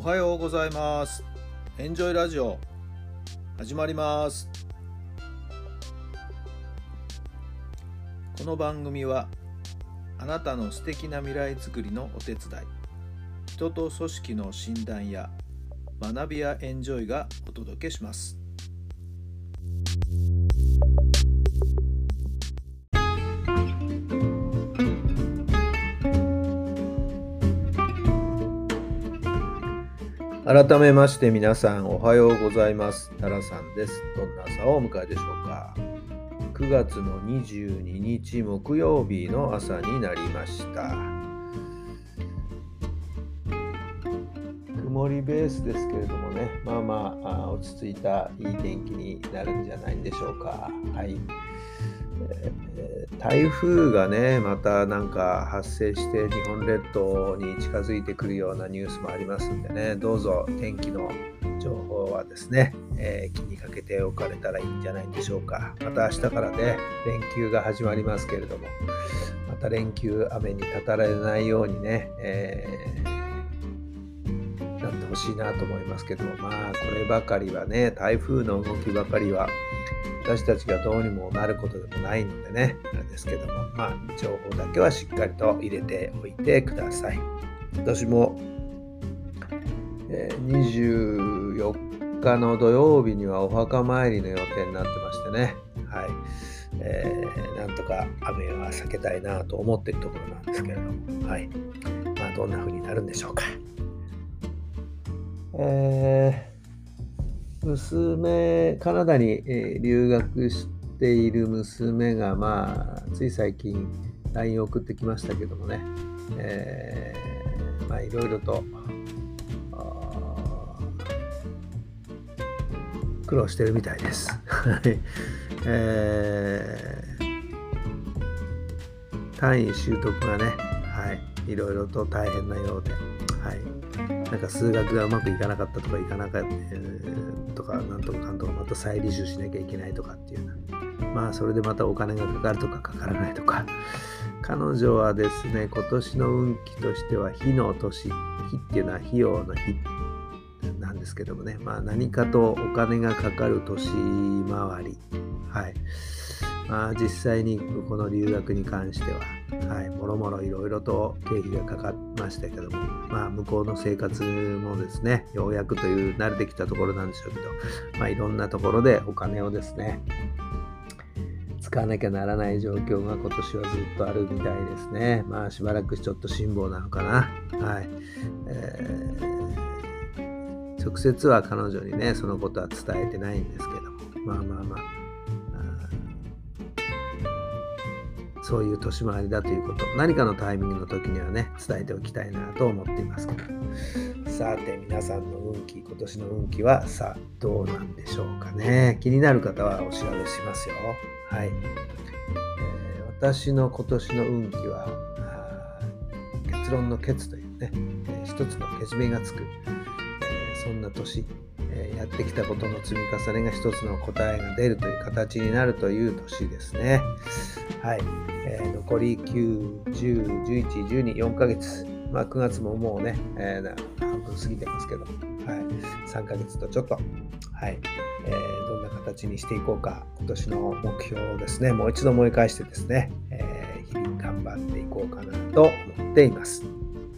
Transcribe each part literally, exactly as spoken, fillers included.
おはようございます。エンジョイラジオ始まります。この番組はあなたの素敵な未来づくりのお手伝い、人と組織の診断や学びやエンジョイがお届けします。改めまして皆さんおはようございます。タラさんです。どんな朝をお迎えでしょうか。くがつのにじゅうににち木曜日の朝になりました。曇りベースですけれどもね、まあまあ落ち着いたいい天気になるんじゃないんでしょうか。はい。えー、台風がねまたなんか発生して日本列島に近づいてくるようなニュースもありますんでね、どうぞ天気の情報はですね、えー、気にかけておかれたらいいんじゃないでしょうか。また明日からね連休が始まりますけれども、また連休雨にたたられないようにね、えー、なってほしいなと思いますけども、まあこればかりはね、台風の動きばかりは私たちがどうにもなることでもないのでね、あれですけども、まあ情報だけはしっかりと入れておいてください。私も、えー、にじゅうよっかの土曜日にはお墓参りの予定になってましてね、はい、えー、なんとか雨は避けたいなと思っているところなんですけれども、はい、まあどんな風になるんでしょうか。えー娘、カナダに留学している娘が、まあ、つい最近 ライン を送ってきましたけどもね、えー、まあいろいろと苦労してるみたいです。えー、単位習得がね、はい、いろいろと大変なようで、はい、なんか数学がうまくいかなかったとかいかなかった、えーとかなんとかかんとかまた再履修しなきゃいけないとかっていうような、まあそれでまたお金がかかるとかかからないとか、彼女はですね今年の運気としては火の年、火っていうのは費用の火なんですけどもね、まあ何かとお金がかかる年回り、はい、まあ実際にこの留学に関しては、はい、もろもろいろいろと経費がかかりましたけども、まあ向こうの生活もですね、ようやくという慣れてきたところなんでしょうけど、まあいろんなところでお金をですね、使わなきゃならない状況が今年はずっとあるみたいですね。まあしばらくちょっと辛抱なのかな。はい。えー、直接は彼女にね、そのことは伝えてないんですけども、まあまあまあ、そういう年回りだということ、何かのタイミングの時にはね伝えておきたいなと思っていますけど、さて皆さんの運気、今年の運気はさあどうなんでしょうかね。気になる方はお調べしますよ。はい、えー、私の今年の運気は結論の結というね、えー、一つのけじめがつく、えー、そんな年、えー、やってきたことの積み重ねが一つの答えが出るという形になるという年ですね。はい、えー、残りきゅう、じゅう、じゅういち、じゅうに、よんかげつ、まあくがつももうね、えー、半分過ぎてますけど、はい、さんかげつとちょっと、はい、えー、どんな形にしていこうか、今年の目標をですね、もう一度思い返してですね、えー、日々頑張っていこうかなと思っています。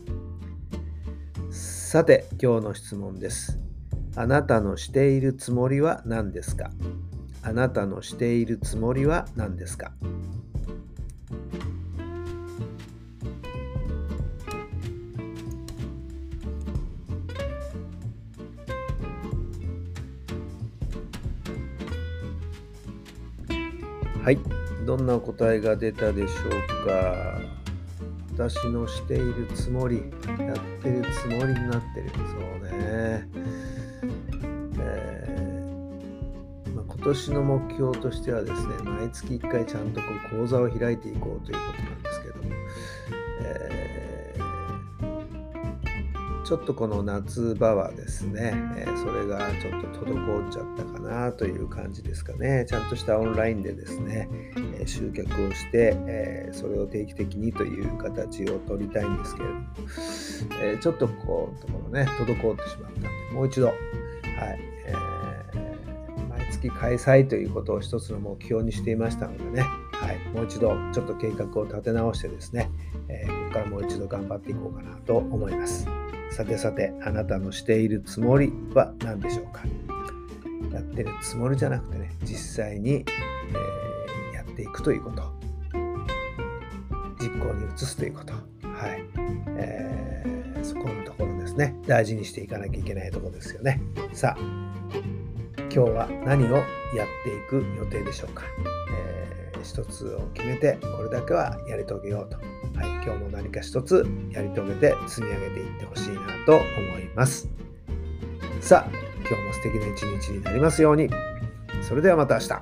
さて、今日の質問です。あなたのしているつもりは何ですか？あなたのしているつもりは何ですか？はい、どんな答えが出たでしょうか。私のしているつもり、やってるつもりになってる。そうね。えーまあ、今年の目標としてはですね、毎月いっかいちゃんとこう講座を開いていこうということなんですけども、えちょっとこの夏場はですね、えーそれがちょっと滞っちゃったかなという感じですかね。ちゃんとしたオンラインでですね、えー集客をして、えーそれを定期的にという形を取りたいんですけれども、えーちょっとこうところね、滞ってしまったので、もう一度、はい、えー毎月開催ということを一つの目標にしていましたのでね、はい、もう一度ちょっと計画を立て直してですね、えーここからもう一度頑張っていこうかなと思います。さてさて、あなたのしているつもりは何でしょうか。やってるつもりじゃなくてね、実際に、えーやっていくということ、実行に移すということ、はい、えーそこのところですね、大事にしていかなきゃいけないところですよね。さあ、今日は何をやっていく予定でしょうか。えー一つを決めて、これだけはやり遂げようと。はい、今日も何か一つやり遂げて積み上げていってほしいなと思います。さあ、今日も素敵な一日になりますように。それではまた明日。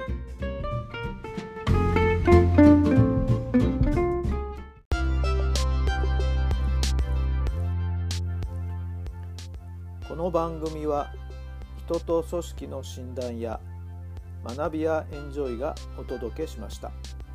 この番組は人と組織の診断や学びやエンジョイがお届けしました。